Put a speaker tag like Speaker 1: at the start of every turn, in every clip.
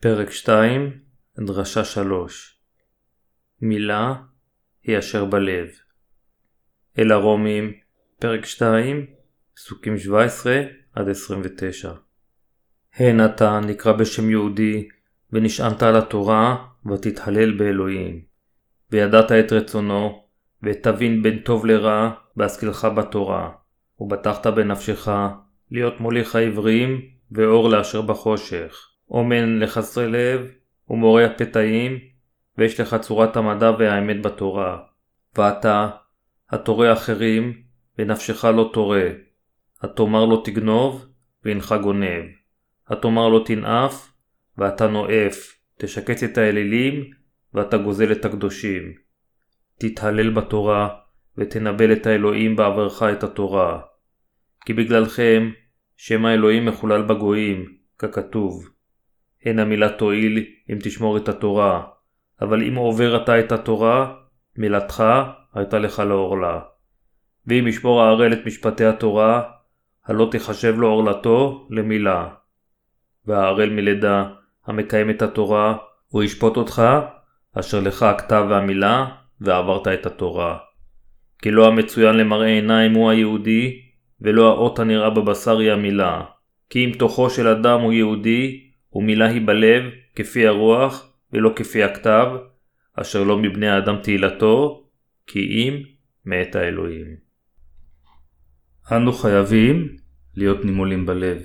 Speaker 1: פרק 2, דרשה 3. מילה היא אשר בלב. אל הרומים, פרק 2, פסוקים 17-29. הן אתה נקרא בשם יהודי, ונשענת על התורה, ותתהלל באלוהים. וידעת את רצונו, ותבין בין טוב לרע, בהשכלך בתורה. ובטחת בנפשך, להיות מוליך העברים, ואור לאשר בחושך. אומן לחסרי לב, ומורה הפתאים, ויש לך צורת המדע והאמת בתורה. ואתה, התורה אחרים, ונפשך לא תורה. התאמר לא תגנוב, ואינך גונב. התאמר לא תנאף, ואתה נואף. תשקץ את האלילים, ואתה גוזל את הקדושים. תתהלל בתורה, ותנבל את האלוהים בעברך את התורה. כי בגללכם, שם האלוהים מחולל בגויים, ככתוב. אין המילה תועיל אם תשמור את התורה, אבל אם עובר אתה את התורה, מילתך הייתה לך לעורלה. ואם ישמור הערל את משפטי התורה, הלא תחשב לו עורלתו למילה. והערל מלידה המקיים את התורה, הוא ישפוט אותך, אשר לך הכתב והמילה, ועברת את התורה. כי לא המצוין למראה עיניים הוא היהודי, ולא האות הנראה בבשר היא המילה. כי אם תוכו של אדם הוא יהודי, ומילה היא בלב, כפי הרוח, ולא כפי הכתב, אשר לא מבני האדם תהילתו, כי אם מאת האלוהים. אנו חייבים להיות נימולים בלב.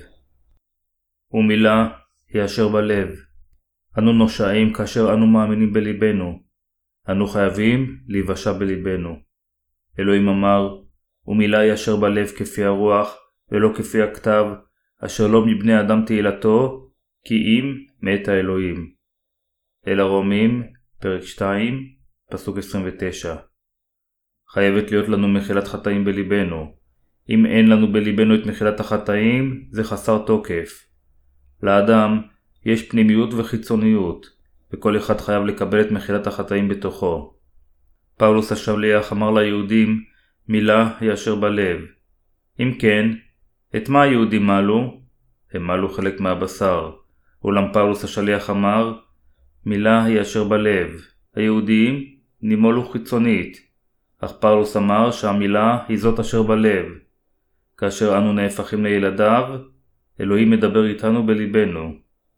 Speaker 1: ומילה היא אשר בלב. אנו נושעים כאשר אנו מאמינים בליבנו. אנו חייבים להיוושע בליבנו. אלוהים אמר, ומילה היא אשר בלב כפי הרוח, ולא כפי הכתב, אשר לא מבני האדם תהילתו, כי אם מאת האלוהים. אל הרומים, פרק 2, פסוק 29. חייבת להיות לנו מחילת חטאים בליבנו. אם אין לנו בליבנו את מחילת החטאים, זה חסר תוקף. לאדם יש פנימיות וחיצוניות, וכל אחד חייב לקבל את מחילת החטאים בתוכו. פאולוס השליח אמר ליהודים, מילה היא אשר בלב. אם כן, את מה היהודים מעלו? הם מעלו חלק מהבשר. אולם פאולוס השליח אמר, מילה היא אשר בלב. היהודים נימולו חיצונית, אך פאולוס אמר שהמילה היא זאת אשר בלב. כאשר אנו נהפכים לילדיו, אלוהים מדבר איתנו בליבנו.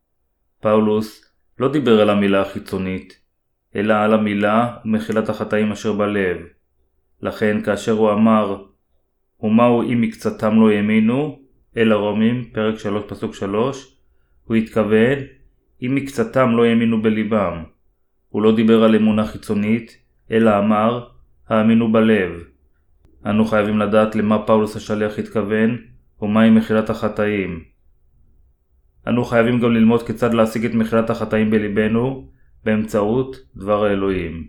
Speaker 1: פאולוס לא דיבר על המילה החיצונית, אלא על המילה ומחילת החטאים אשר בלב. לכן כאשר הוא אמר, ומהו אם מקצתם לא יאמינו, אל הרומים, פרק 3 פסוק 3, הוא התכוון, אם מקצתם לא יאמינו בליבם. הוא לא דיבר על אמונה חיצונית, אלא אמר, האמינו בלב. אנו חייבים לדעת למה פאולוס השליח התכוון, ומהי מחילת החטאים. אנו חייבים גם ללמוד כיצד להשיג את מחילת החטאים בליבנו, באמצעות דבר האלוהים.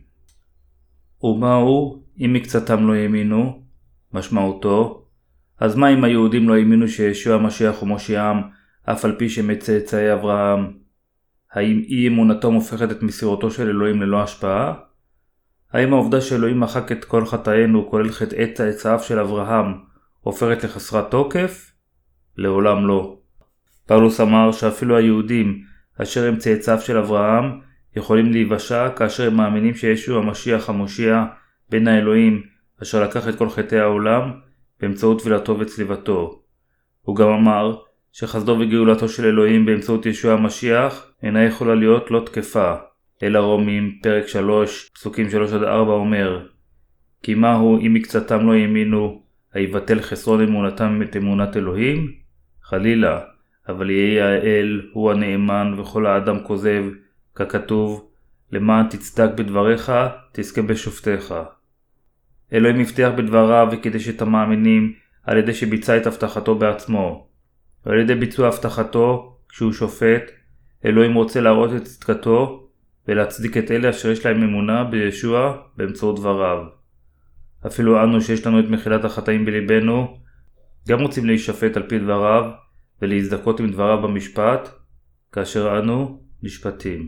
Speaker 1: ומהו אם מקצתם לא יאמינו? משמעותו, אז מה אם היהודים לא האמינו שישוע המשיח הוא מושיעם, אף על פי שמצאצאי אברהם? האם אי אמונתו הופכת את מסירותו של אלוהים ללא השפעה? האם העובדה שאלוהים מחק את כל חטאינו, כולל חטאי צאצאיו של אברהם, הופכת לחסרת תוקף? לעולם לא. פאולוס אמר שאפילו היהודים, אשר הם צאצאיו של אברהם, יכולים להיוושע כאשר הם מאמינים שישוע המשיח המושיע בין האלוהים, אשר לקח את כל חטאי העולם, באמצעות טבילתו וצליבתו. הוא גם אמר שחסדו וגאולתו של אלוהים באמצעות ישוע המשיח אינה יכולה להיות לא תקפה. אל הרומים, פרק 3, פסוקים 3-4 אומר, כי מהו אם מקצתם לא יאמינו, היבטל חסרון אמונתם את אמונת אלוהים? חלילה, אבל יהיה האל הוא הנאמן וכל האדם כוזב, ככתוב, למען תצדק בדבריך, תזכה בשופטיך. אלוהים הבטיח בדבריו וקידש את המאמינים על ידי שביצע את הבטחתו בעצמו. ועל ידי ביצוע הבטחתו, כשהוא שופט, אלוהים רוצה להראות את צדקתו ולהצדיק את אלה אשר יש להם אמונה בישוע באמצעות דבריו. אפילו אנו שיש לנו את מחילת החטאים בליבנו, גם רוצים להישפט על פי דבריו ולהזדכות עם דבריו במשפט, כאשר אנו נשפטים.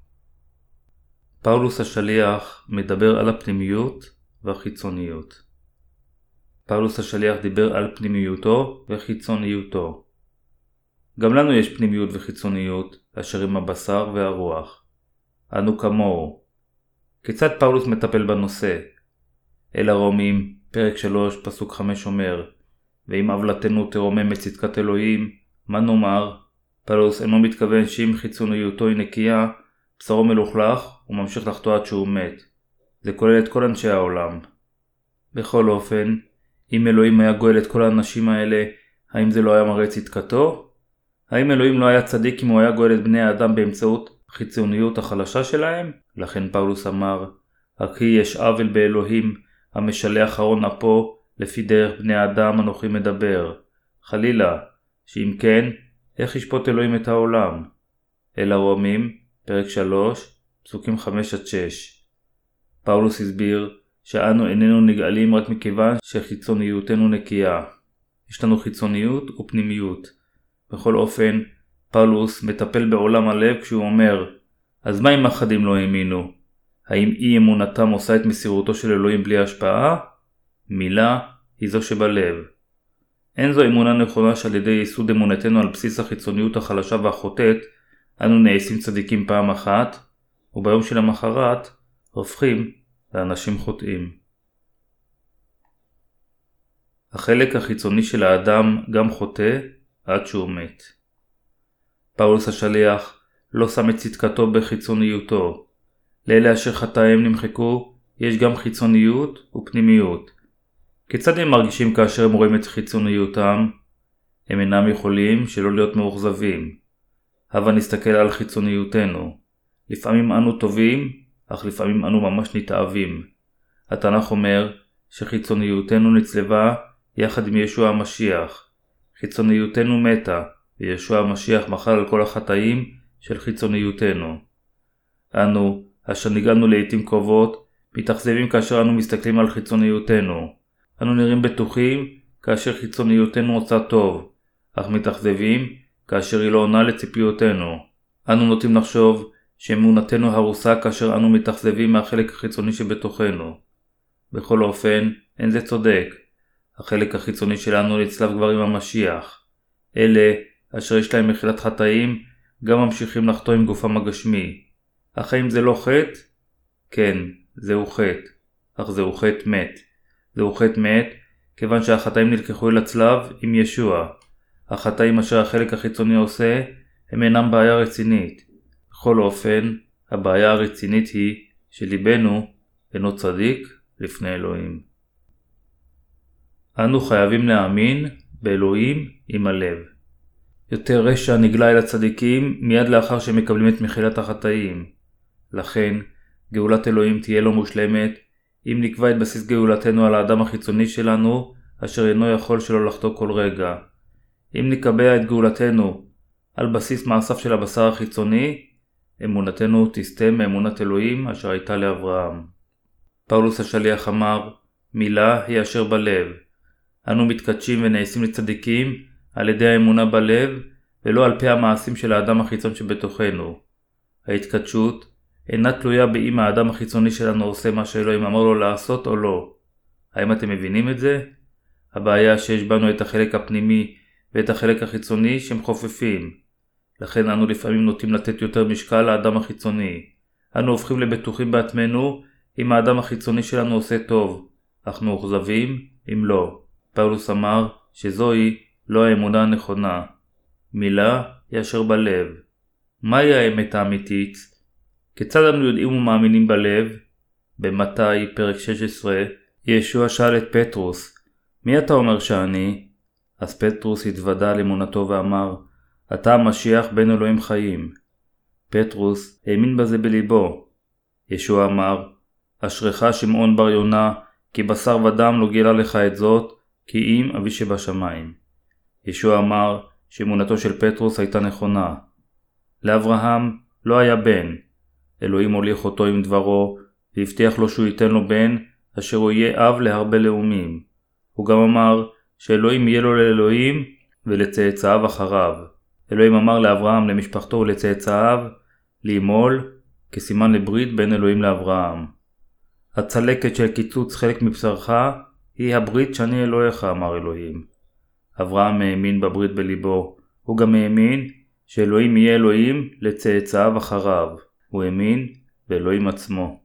Speaker 1: פאולוס השליח מדבר על הפנימיות והחיצוניות. פאולוס השליח דיבר על פנימיותו וחיצוניותו. גם לנו יש פנימיות וחיצוניות, אשר עם הבשר והרוח. אנו כמוהו. כיצד פאולוס מטפל בנושא? אל הרומים, פרק 3, פסוק 5 אומר, ואם עוולתנו תרומם את צדקת אלוהים, מה נאמר? פאולוס אינו מתכוון שאם חיצוניותו היא נקייה, בשרו מלוכלך וממשיך לחטוא עד שהוא מת. זה כולל את כל אנשי העולם. בכל אופן, אם אלוהים היה גואל את כל האנשים האלה, האם זה לא היה מראה צדקתו? האם אלוהים לא היה צדיק אם הוא היה גואל את בני האדם באמצעות החיצוניות החלשה שלהם? לכן פאולוס אמר, הכי יש עוול באלוהים, המשלח ארון אפו, לפי דרך בני האדם אנוכי מדבר. חלילה, שאם כן, איך ישפוט אלוהים את העולם? אל הרומים, פרק 3, פסוקים 5-6. פאולוס הסביר שאנו איננו נגאלים רק מכיוון שחיצוניותנו נקייה. יש לנו חיצוניות ופנימיות. בכל אופן, פאולוס מטפל בעולם הלב כשהוא אומר, אז מה אם אחדים לא האמינו? האם אי אמונתם עושה את מסירותו של אלוהים בלי השפעה? מילה היא זו שבלב. אין זו אמונה נכונה שעל ידי ייסוד אמונתנו על בסיס החיצוניות החלשה והחוטאת, אנו נעשים צדיקים פעם אחת, וביום של המחרת הופכים לאנשים חוטאים. החלק החיצוני של האדם גם חוטא עד שהוא מת. פאולוס השליח לא שם את צדקתו בחיצוניותו. לאלה אשר חטאיהם נמחקו, יש גם חיצוניות ופנימיות. כיצד הם מרגישים כאשר הם רואים את חיצוניותם? הם אינם יכולים שלא להיות מאוכזבים. הבה נסתכל על חיצוניותנו. לפעמים אנו טובים, אך לפעמים אנו ממש נתאהבים. התנ"ך אומר שחיצוניותנו נצלבה יחד עם ישוע המשיח. חיצוניותנו מתה, וישוע המשיח מחל על כל החטאים של חיצוניותנו. אנו, אשר נגענו לעתים קרובות, מתאכזבים כאשר אנו מסתכלים על חיצוניותנו. אנו נראים בטוחים כאשר חיצוניותנו עושה טוב, אך מתאכזבים כאשר היא לא עונה לציפיותינו. אנו נוטים לחשוב שאמונתנו הרוסה כאשר אנו מתאכזבים מהחלק החיצוני שבתוכנו. בכל אופן, אין זה צודק. החלק החיצוני שלנו נצלב כבר עם המשיח. אלה, אשר יש להם מחילת חטאים, גם ממשיכים לחטוא עם גופם הגשמי. אך האם זה לא חטא? כן, זהו חטא. אך זהו חטא מת. זהו חטא מת, כיוון שהחטאים נלקחו אל הצלב עם ישוע. החטאים אשר החלק החיצוני עושה, הם אינם בעיה רצינית. בכל אופן, הבעיה הרצינית היא שליבנו אינו צדיק לפני אלוהים. אנו חייבים להאמין באלוהים עם הלב. יותר רשע נגלה אל הצדיקים מיד לאחר שהם מקבלים את מחילת החטאים. לכן, גאולת אלוהים תהיה לא מושלמת אם נקבע את בסיס גאולתנו על האדם החיצוני שלנו, אשר אינו יכול שלא לחטוא כל רגע. אם נקבע את גאולתנו על בסיס מעשיו של הבשר החיצוני, אמונתנו תסטה מאמונת אלוהים אשר הייתה לאברהם. פאולוס השליח אמר, מילה היא אשר בלב. אנו מתקדשים ונעשים לצדיקים על ידי האמונה בלב, ולא על פי המעשים של האדם החיצון שבתוכנו. ההתקדשות אינה תלויה באם האדם החיצוני שלנו עושה מה שאלוהים אמר לו לעשות או לא. האם אתם מבינים את זה? הבעיה שיש בנו את החלק הפנימי ואת החלק החיצוני שהם חופפים. לכן אנו לפעמים נוטים לתת יותר משקל לאדם החיצוני. אנו הופכים לבטוחים בעצמנו אם האדם החיצוני שלנו עושה טוב, אך מאוכזבים אם לא. פאולוס אמר שזוהי לא האמונה הנכונה. מילה היא אשר בלב. מהי האמת האמיתית? כיצד אנו יודעים ומאמינים בלב? במתי, פרק 16, ישוע שאל את פטרוס, מי אתה אומר שאני? אז פטרוס התוודע על אמונתו ואמר, אתה המשיח בן אלוהים חיים. פטרוס האמין בזה בליבו. ישוע אמר, אשריך שמעון בר יונה, כי בשר ודם לא גילה לך את זאת, כי אם אבי שבשמיים. ישוע אמר שאמונתו של פטרוס הייתה נכונה. לאברהם לא היה בן. אלוהים הוליך אותו עם דברו, והבטיח לו שהוא ייתן לו בן, אשר הוא יהיה אב להרבה לאומים. הוא גם אמר שאלוהים יהיה לו לאלוהים ולצאצאיו אחריו. אלוהים אמר לאברהם, למשפחתו ולצאצאיו, לימול, כסימן לברית בין אלוהים לאברהם. הצלקת של קיצוץ חלק מבשרך היא הברית שאני אלוהיך, אמר אלוהים. אברהם האמין בברית בליבו. הוא גם האמין שאלוהים יהיה אלוהים לצאצאיו אחריו. הוא האמין באלוהים עצמו.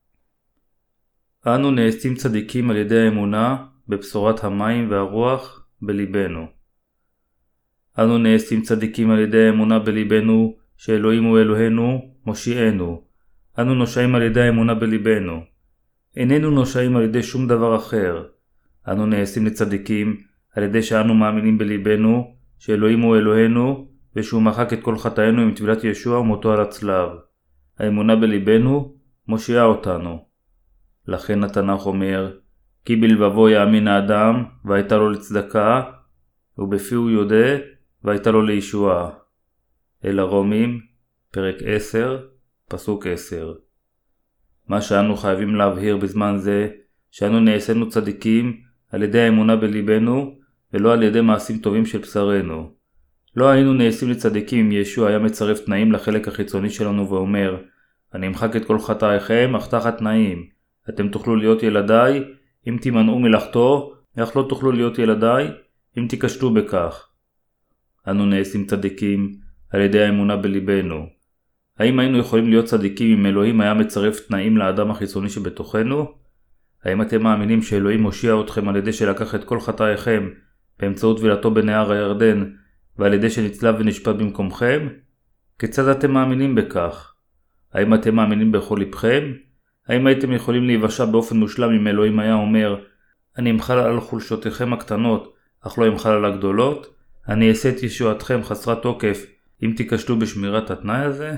Speaker 1: אנו נעשים צדיקים על ידי האמונה בבשורת המים והרוח בליבנו. אנו נעשים צדיקים על ידי האמונה בליבנו שאלוהים הוא אלוהינו, מושיענו. אנו נושעים על ידי האמונה בליבנו. איננו נושעים על ידי שום דבר אחר. אנו נעשים לצדיקים על ידי שאנו מאמינים בליבנו שאלוהים הוא אלוהינו ושהוא מחק את כל חטאינו עם טבילת ישוע ומותו על הצלב. האמונה בליבנו מושיעה אותנו. לכן התנ"ך אומר, כי בלבבו יאמין האדם והייתה לו לצדקה, ובפיו יודה והייתה לו לישועה. אל הרומים, פרק 10, פסוק 10. מה שאנו חייבים להבהיר בזמן זה, שאנו נעשינו צדיקים על ידי האמונה בליבנו, ולא על ידי מעשים טובים של בשרנו. לא היינו נעשים לצדיקים אם ישוע היה מצרף תנאים לחלק החיצוני שלנו ואומר, אני אמחק את כל חטאיכם, אך תחת תנאים. אתם תוכלו להיות ילדיי אם תימנעו מלאכתו, אך לא תוכלו להיות ילדיי אם תיקשתו בכך. אנו נעשים צדיקים על ידי האמונה בליבנו. האם היינו יכולים להיות צדיקים אם אלוהים היה מצרף תנאים לאדם החיצוני שבתוכנו? האם אתם מאמינים שאלוהים מושיע אתכם על ידי שלקח את כל חטאיכם באמצעות טבילתו בנהר הירדן ועל ידי שנצלב ונשפט במקומכם? כיצד אתם מאמינים בכך? האם אתם מאמינים בכל לבכם? האם הייתם יכולים להיוושע באופן מושלם אם אלוהים היה אומר, אני אמחל על חולשותיכם הקטנות, אך לא אמחל על הגדולות? אני אעשה את ישועתכם חסרת תוקף אם תיקשתו בשמירת התנאי הזה?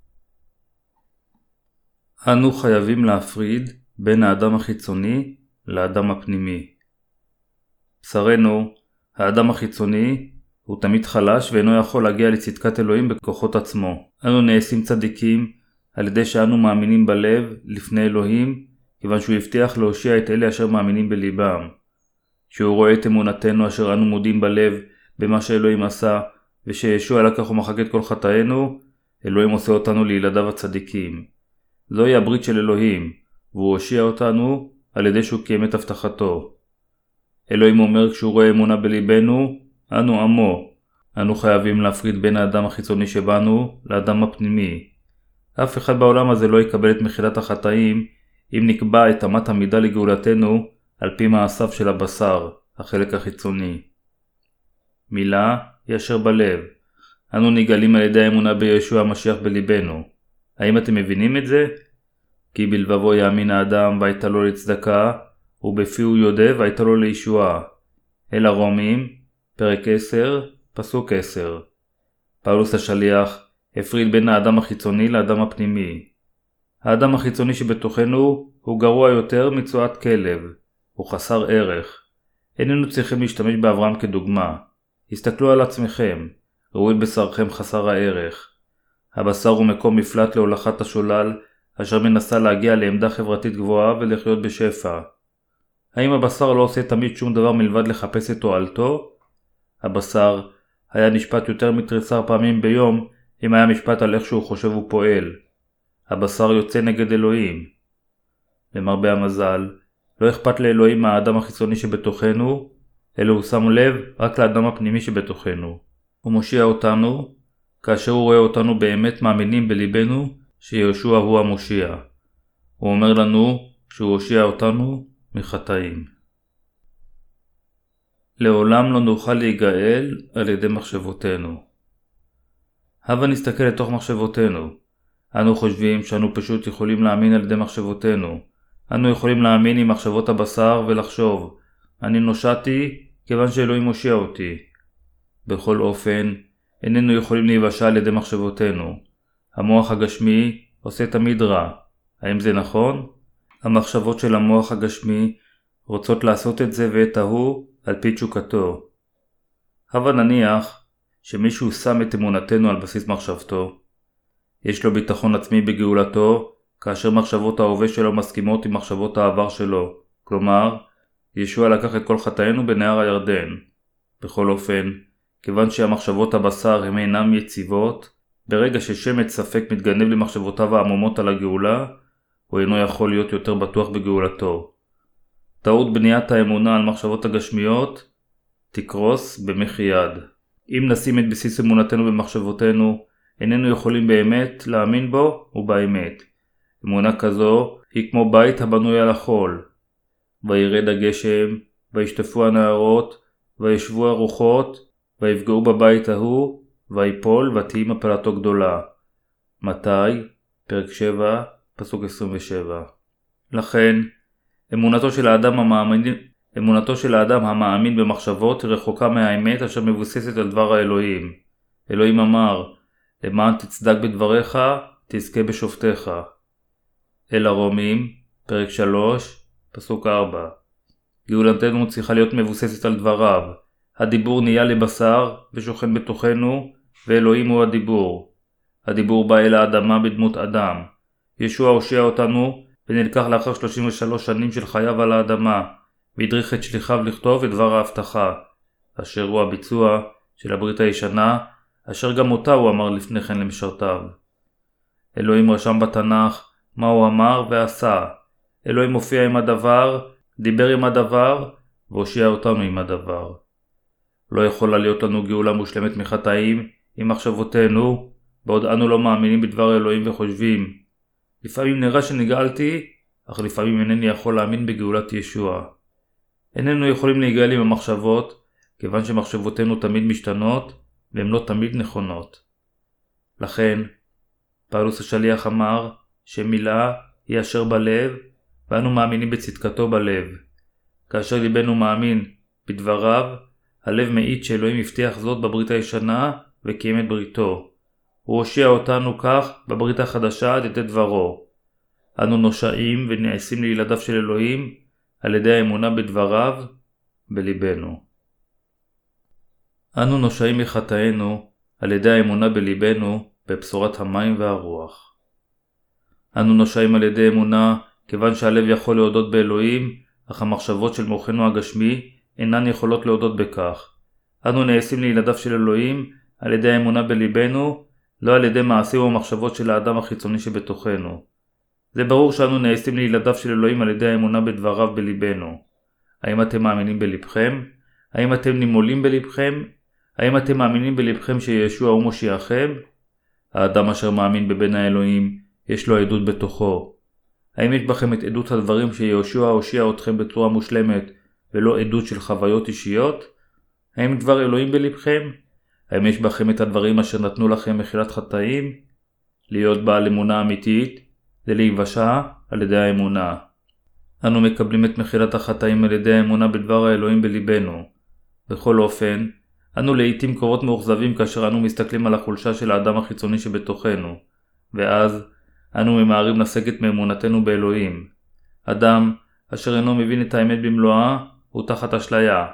Speaker 1: אנו חייבים להפריד בין האדם החיצוני לאדם הפנימי. בשרנו, האדם החיצוני הוא תמיד חלש ואינו יכול להגיע לצדקת אלוהים בכוחות עצמו. אנו נעשים צדיקים על ידי שאנו מאמינים בלב לפני אלוהים, כיוון שהוא הבטיח להושיע את אלה אשר מאמינים בליבם. כשהוא רואה את אמונתנו אשר אנו מודים בלב במה שאלוהים עשה, ושישוע לקח ומחק את כל חטאינו, אלוהים עושה אותנו לילדיו הצדיקים. זוהי הברית של אלוהים, והוא הושיע אותנו על ידי שהוא קיים את הבטחתו. אלוהים אומר כשהוא רואה אמונה בליבנו, אנו עמו. אנו חייבים להפריד בין האדם החיצוני שבנו לאדם הפנימי. אף אחד בעולם הזה לא יקבל את מחילת החטאים אם נקבע את אמת המידה לגאולתנו על פי מעשיו של הבשר, החלק החיצוני. מילה היא אשר בלב. אנו נגלים על ידי האמונה בישוע המשיח בליבנו. האם אתם מבינים את זה? כי בלבבו יאמין האדם והייתה לו לצדקה, ובפיו יודה והייתה לו לישועה. אל הרומים, פרק 10, פסוק 10. פאולוס השליח הפריד בין האדם החיצוני לאדם הפנימי. האדם החיצוני שבתוכנו הוא גרוע יותר מצואת כלב. הוא חסר ערך. איננו צריכים להשתמש באברהם כדוגמה. הסתכלו על עצמכם. ראו את בשרכם חסר הערך. הבשר הוא מקום מפלט להולכת השולל, אשר מנסה להגיע לעמדה חברתית גבוהה ולחיות בשפע. האם הבשר לא עושה תמיד שום דבר מלבד לחפש את תועלתו? הבשר היה נשפט יותר מ13 פעמים ביום אם היה משפט על איך שהוא חושב ופועל. הבשר יוצא נגד אלוהים. למרבה המזל, לא אכפת לאלוהים מהאדם החיצוני שבתוכנו, אלא הוא שם לב רק לאדם הפנימי שבתוכנו. הוא מושיע אותנו, כאשר הוא רואה אותנו באמת מאמינים בליבנו שישוע הוא המושיע. הוא אומר לנו שהוא הושיע אותנו מחטאים. לעולם לא נוכל להיגאל על ידי מחשבותינו. הבה נסתכל לתוך מחשבותינו. אנו חושבים שאנו פשוט יכולים להאמין על ידי מחשבותינו. אנו יכולים להאמין עם מחשבות הבשר ולחשוב, אני נושעתי כיוון שאלוהים מושיע אותי. בכל אופן, איננו יכולים להיוושע על ידי מחשבותינו. המוח הגשמי עושה תמיד רע. האם זה נכון? המחשבות של המוח הגשמי רוצות לעשות את זה ואת ההוא על פי תשוקתו. הבה נניח שמישהו שם את אמונתנו על בסיס מחשבתו. יש לו ביטחון עצמי בגאולתו, כאשר מחשבות ההווה שלו מסכימות עם מחשבות העבר שלו. כלומר, ישוע לקח את כל חטאינו בנהר הירדן. בכל אופן, כיוון שהמחשבות הבשר הן אינם יציבות, ברגע ששמץ ספק מתגנב למחשבותיו העמומות על הגאולה, הוא אינו יכול להיות יותר בטוח בגאולתו. טעות בניית האמונה על מחשבות הגשמיות תקרוס במחי יד. אם נשים את בסיס אמונתנו במחשבותינו, איננו יכולים באמת להאמין בו ובאמת. אמונה כזו היא כמו בית הבנוי על החול. וירד הגשם, וישטפו הנהרות, וישבו הרוחות, ויפגעו בבית ההוא, ויפול ותהי מפלתו גדולה. מתי? פרק 7, פסוק 27. לכן, אמונתו של האדם המאמין במחשבות רחוקה מהאמת אשר מבוססת על דבר האלוהים. אלוהים אמר, למען תצדק בדבריך, תזכה בשופטיך. אל הרומים, פרק 3, פסוק 4. גאולתנו צריכה להיות מבוססת על דבריו. הדיבור נהיה לבשר ושוכן בתוכנו, ואלוהים הוא הדיבור. הדיבור בא אל האדמה בדמות אדם. ישוע הושיע אותנו ונלקח לאחר 33 שנים של חייו על האדמה, והדריך את שליחיו לכתוב את דבר ההבטחה, אשר הוא הביצוע של הברית הישנה, אשר גם אותה הוא אמר לפני כן למשרתיו. אלוהים רשם בתנ"ך מה הוא אמר ועשה. אלוהים הופיע עם הדבר, דיבר עם הדבר, והושיע אותנו עם הדבר. לא יכולה להיות לנו גאולה מושלמת מחטאים עם מחשבותינו, בעוד אנו לא מאמינים בדבר אלוהים וחושבים. לפעמים נראה שנגאלתי, אך לפעמים אינני יכול להאמין בגאולת ישוע. איננו יכולים להיגאל עם המחשבות, כיוון שמחשבותינו תמיד משתנות, והן לא תמיד נכונות. לכן, פאולוס השליח אמר שמילה היא אשר בלב, ואנו מאמינים בצדקתו בלב. כאשר ליבנו מאמין בדבריו, הלב מעיד שאלוהים הבטיח זאת בברית הישנה וקיים את בריתו. הוא הושיע אותנו כך בברית החדשה עד ידי דברו. אנו נושעים ונעשים לילדיו של אלוהים על ידי האמונה בדבריו בליבנו. אנו נושעים מחטאינו על ידי האמונה בליבנו בבשורת המים והרוח. אנו נושעים על ידי אמונה כיוון שהלב יכול להודות באלוהים, אך המחשבות של מוחנו הגשמי אינן יכולות להודות בכך. אנו נעשים לילדיו של אלוהים על ידי האמונה בליבנו, לא על ידי מעשים ומחשבות של האדם החיצוני שבתוכנו. זה ברור שאנו נעשים לילדיו של אלוהים על ידי האמונה בדבריו בליבנו. האם אתם מאמינים בלבכם? האם אתם נימולים בלבכם? האם אתם מאמינים בלבכם שישוע הוא מושיעכם? האדם אשר מאמין בבן האלוהים, יש לו עדות בתוכו. האם יש בכם את עדות הדברים שישוע הושיע אתכם בצורה מושלמת, ולא עדות של חוויות אישיות? האם דבר אלוהים בלבכם? האם יש בכם את הדברים אשר נתנו לכם מחילת חטאים? להיות בעל אמונה אמיתית זה להיוושע על ידי האמונה. אנו מקבלים את מחילת החטאים על ידי האמונה בדבר האלוהים בליבנו. בכל אופן, אנו לעתים קרובות מאוכזבים כאשר אנו מסתכלים על החולשה של האדם החיצוני שבתוכנו, ואז אנו ממהרים לסגת מאמונתנו באלוהים. אדם אשר אינו מבין את האמת במלואה הוא תחת אשליה.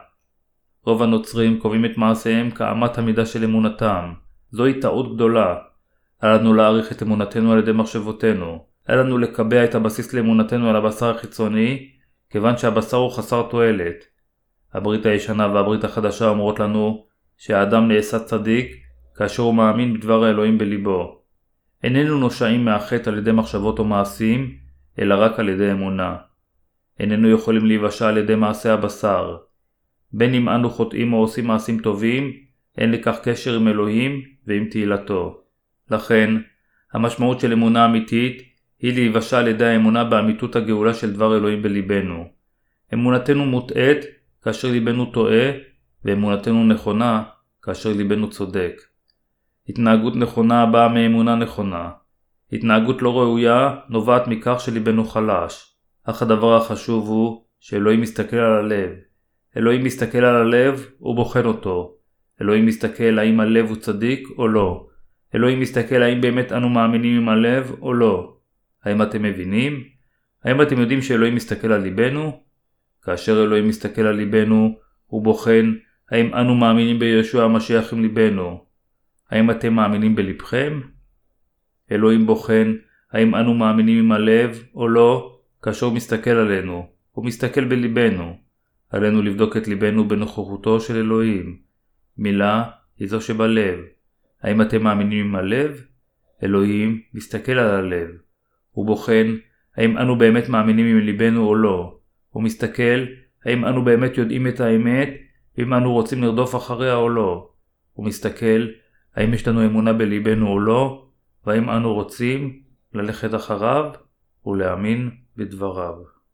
Speaker 1: רוב הנוצרים קובעים את מעשיהם כאמת המידה של אמונתם. זוהי טעות גדולה. היה לנו להעריך את אמונתנו על ידי מחשבותינו. היה לנו לקבע את הבסיס לאמונתנו על הבשר החיצוני, כיוון שהבשר הוא חסר תועלת. הברית הישנה והברית החדשה אומרות לנו שהאדם נעשה צדיק כאשר הוא מאמין בדבר האלוהים בליבו. איננו נושעים מהחטא על ידי מחשבות או מעשים, אלא רק על ידי אמונה. איננו יכולים להיוושע על ידי מעשי הבשר. בין אם אנו חוטאים או עושים מעשים טובים, אין לכך קשר עם אלוהים ועם תהילתו. לכן, המשמעות של אמונה אמיתית היא להיוושע על ידי האמונה באמיתות הגאולה של דבר אלוהים בליבנו. אמונתנו מוטעית כאשר ליבנו טועה, ואמונתנו נכונה כאשר ליבנו צודק. התנהגות נכונה באה מאמונה נכונה. התנהגות לא ראויה נובעת מכך שליבנו חלש. אך הדבר החשוב הוא שאלוהים מסתכל על הלב. אלוהים מסתכל על הלב ובוחן אותו. אלוהים מסתכל האם הלב הוא צדיק או לא. אלוהים מסתכל האם באמת אנו מאמינים עם הלב או לא. האם אתם מבינים? האם אתם יודעים שאלוהים מסתכל על ליבנו? כאשר אלוהים מסתכל על ליבנו, הוא בוחן האם אנו מאמינים בישוע המשיח עם ליבנו. האם אתם מאמינים בלבכם? אלוהים בוחן האם אנו מאמינים עם הלב או לא, כאשר הוא מסתכל עלינו. הוא מסתכל בליבנו. עלינו לבדוק את ליבנו בנוכחותו של אלוהים. מילה היא זו שבלב. האם אתם מאמינים עם הלב? אלוהים מסתכל על הלב. הוא בוחן האם אנו באמת מאמינים עם ליבנו או לא. הוא מסתכל האם אנו באמת יודעים את האמת, ואם אנו רוצים לרדוף אחריה או לא. הוא מסתכל האם יש לנו אמונה בליבנו או לא, והאם אנו רוצים ללכת אחריו ולהאמין בדבריו.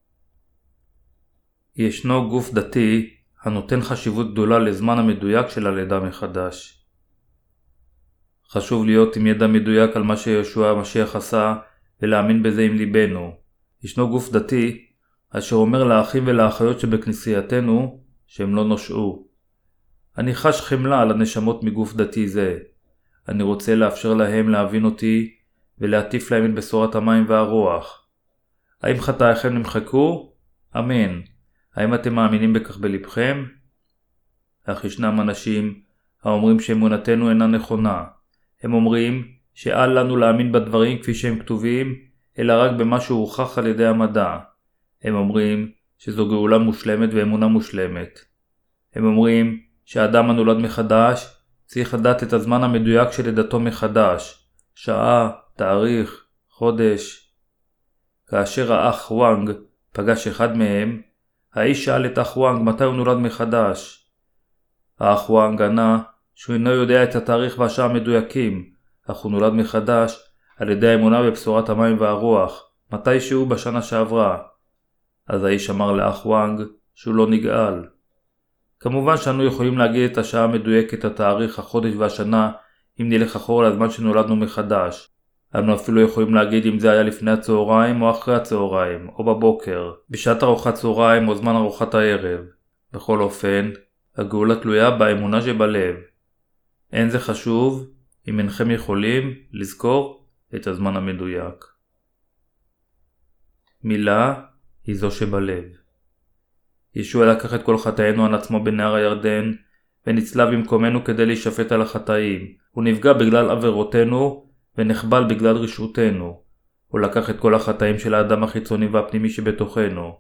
Speaker 1: ישנו גוף דתי הנותן חשיבות גדולה לזמן המדויק של הלידה מחדש. חשוב להיות עם ידע מדויק על מה שישוע המשיח עשה ולהאמין בזה עם ליבנו. ישנו גוף דתי אשר אומר לאחים ולאחיות שבכנסייתנו שהם לא נושעו. אני חש חמלה על הנשמות מגוף דתי זה. אני רוצה לאפשר להם להבין אותי ולהטיף להם את בשורת המים והרוח. האם חטאיכם נמחקו? אמן. האם אתם מאמינים בכך בלבכם? אך ישנם אנשים האומרים שאמונתנו אינה נכונה. הם אומרים שאל לנו להאמין בדברים כפי שהם כתובים, אלא רק במה שהוכח על ידי המדע. הם אומרים שזו גאולה מושלמת ואמונה מושלמת. הם אומרים שהאדם הנולד מחדש צריך לדעת את הזמן המדויק של לידתו מחדש, שעה, תאריך, חודש. כאשר האח וואנג פגש אחד מהם, האיש שאל את אח וואנג מתי הוא נולד מחדש. האח וואנג ענה שהוא אינו יודע את התאריך והשעה המדויקים, אך הוא נולד מחדש על ידי האמונה בבשורת המים והרוח, מתי שהוא בשנה שעברה. אז האיש אמר לאח וואנג שהוא לא נגאל. כמובן שאנו יכולים להגיד את השעה המדויקת, התאריך, החודש והשנה, אם נלך אחורה לזמן שנולדנו מחדש. אנו אפילו יכולים להגיד אם זה היה לפני הצהריים או אחרי הצהריים, או בבוקר, בשעת ארוחת צהריים או זמן ארוחת הערב. בכל אופן, הגאולה תלויה באמונה שבלב. אין זה חשוב אם אינכם יכולים לזכור את הזמן המדויק. מילה היא זו שבלב. ישוע לקח את כל חטאינו על עצמו בנהר הירדן, ונצלב במקומנו כדי להישפט על החטאים. הוא נפגע בגלל עבירותינו, ונחבל בגלל רשעותנו. הוא לקח את כל החטאים של האדם החיצוני והפנימי שבתוכנו.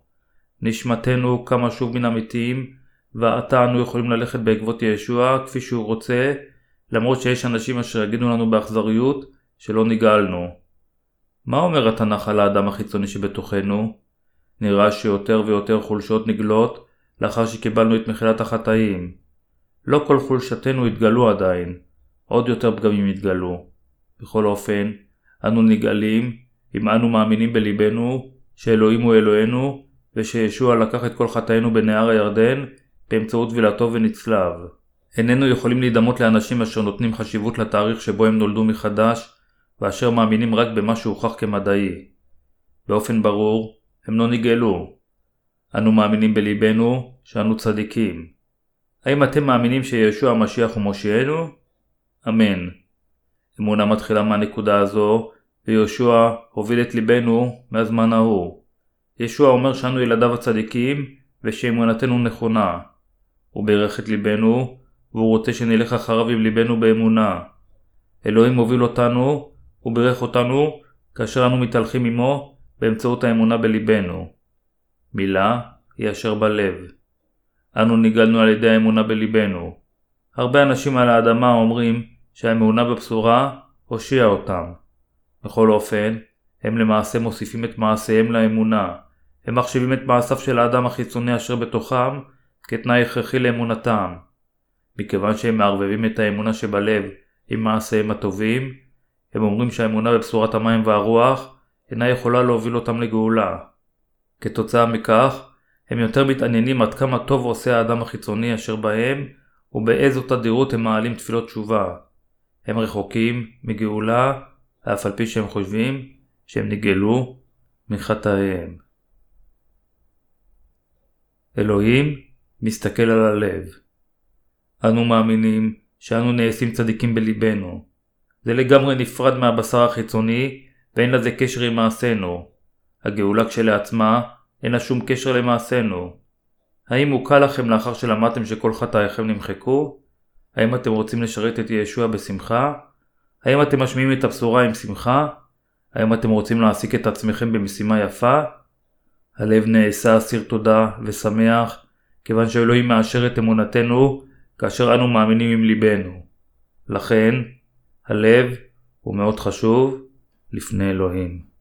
Speaker 1: נשמתנו קמה שוב מן המתים, ועתה אנו יכולים ללכת בעקבות ישוע כפי שהוא רוצה, למרות שיש אנשים אשר יגידו לנו באכזריות שלא נגאלנו. מה אומר התנ"ך על האדם החיצוני שבתוכנו? נראה שיותר ויותר חולשות נגלות לאחר שקיבלנו את מחילת החטאים. לא כל חולשתנו התגלו עדיין, עוד יותר פגמים התגלו. בכל אופן, אנו נגאלים אם אנו מאמינים בליבנו שאלוהים הוא אלוהינו ושישוע לקח את כל חטאינו בנהר הירדן באמצעות טבילתו ונצלב. איננו יכולים להידמות לאנשים אשר נותנים חשיבות לתאריך שבו הם נולדו מחדש ואשר מאמינים רק במה שהוכח כמדעי. באופן ברור, הם לא נגאלו. אנו מאמינים בליבנו שאנו צדיקים. האם אתם מאמינים שישוע המשיח הוא מושיענו? אמן. אמונה מתחילה מהנקודה הזו, וישוע הוביל את ליבנו מהזמן ההוא. ישוע אומר שאנו ילדיו הצדיקים ושאמונתנו נכונה. הוא בירך את ליבנו והוא רוצה שנלך אחריו עם ליבנו באמונה. אלוהים הוביל אותנו, הוא בירך אותנו כאשר אנו מתהלכים עמו באמצעות האמונה בליבנו. מילה היא אשר בלב. אנו נגאלנו על ידי האמונה בליבנו. הרבה אנשים על האדמה אומרים שהאמונה בבשורה הושיע אותם. בכל אופן, הם למעשה מוסיפים את מעשיהם לאמונה. הם מחשיבים את מעשיו של האדם החיצוני אשר בתוכם כתנאי הכרחי לאמונתם. מכיוון שהם מערבבים את האמונה שבלב עם מעשיהם הטובים, הם אומרים שהאמונה בבשורת המים והרוח אינה יכולה להוביל אותם לגאולה. כתוצאה מכך, הם יותר מתעניינים עד כמה טוב עושה האדם החיצוני אשר בהם, ובאיזו תדירות הם מעלים תפילות תשובה. הם רחוקים מגאולה, אף על פי שהם חושבים שהם נגאלו מחטאיהם. אלוהים מסתכל על הלב. אנו מאמינים שאנו נעשים צדיקים בליבנו. זה לגמרי נפרד מהבשר החיצוני ואין לזה קשר עם מעשינו. הגאולה כשלעצמה אין לה שום קשר למעשינו. האם הוא קל לכם לאחר שלמדתם שכל חטאיכם נמחקו? האם אתם רוצים לשרת את ישוע בשמחה? האם אתם משמיעים את הבשורה עם שמחה? האם אתם רוצים להעסיק את עצמכם במשימה יפה? הלב נעשה אסיר תודה ושמח, כיוון שאלוהים מאשר את אמונתנו כאשר אנו מאמינים עם ליבנו. לכן, הלב הוא מאוד חשוב לפני אלוהים.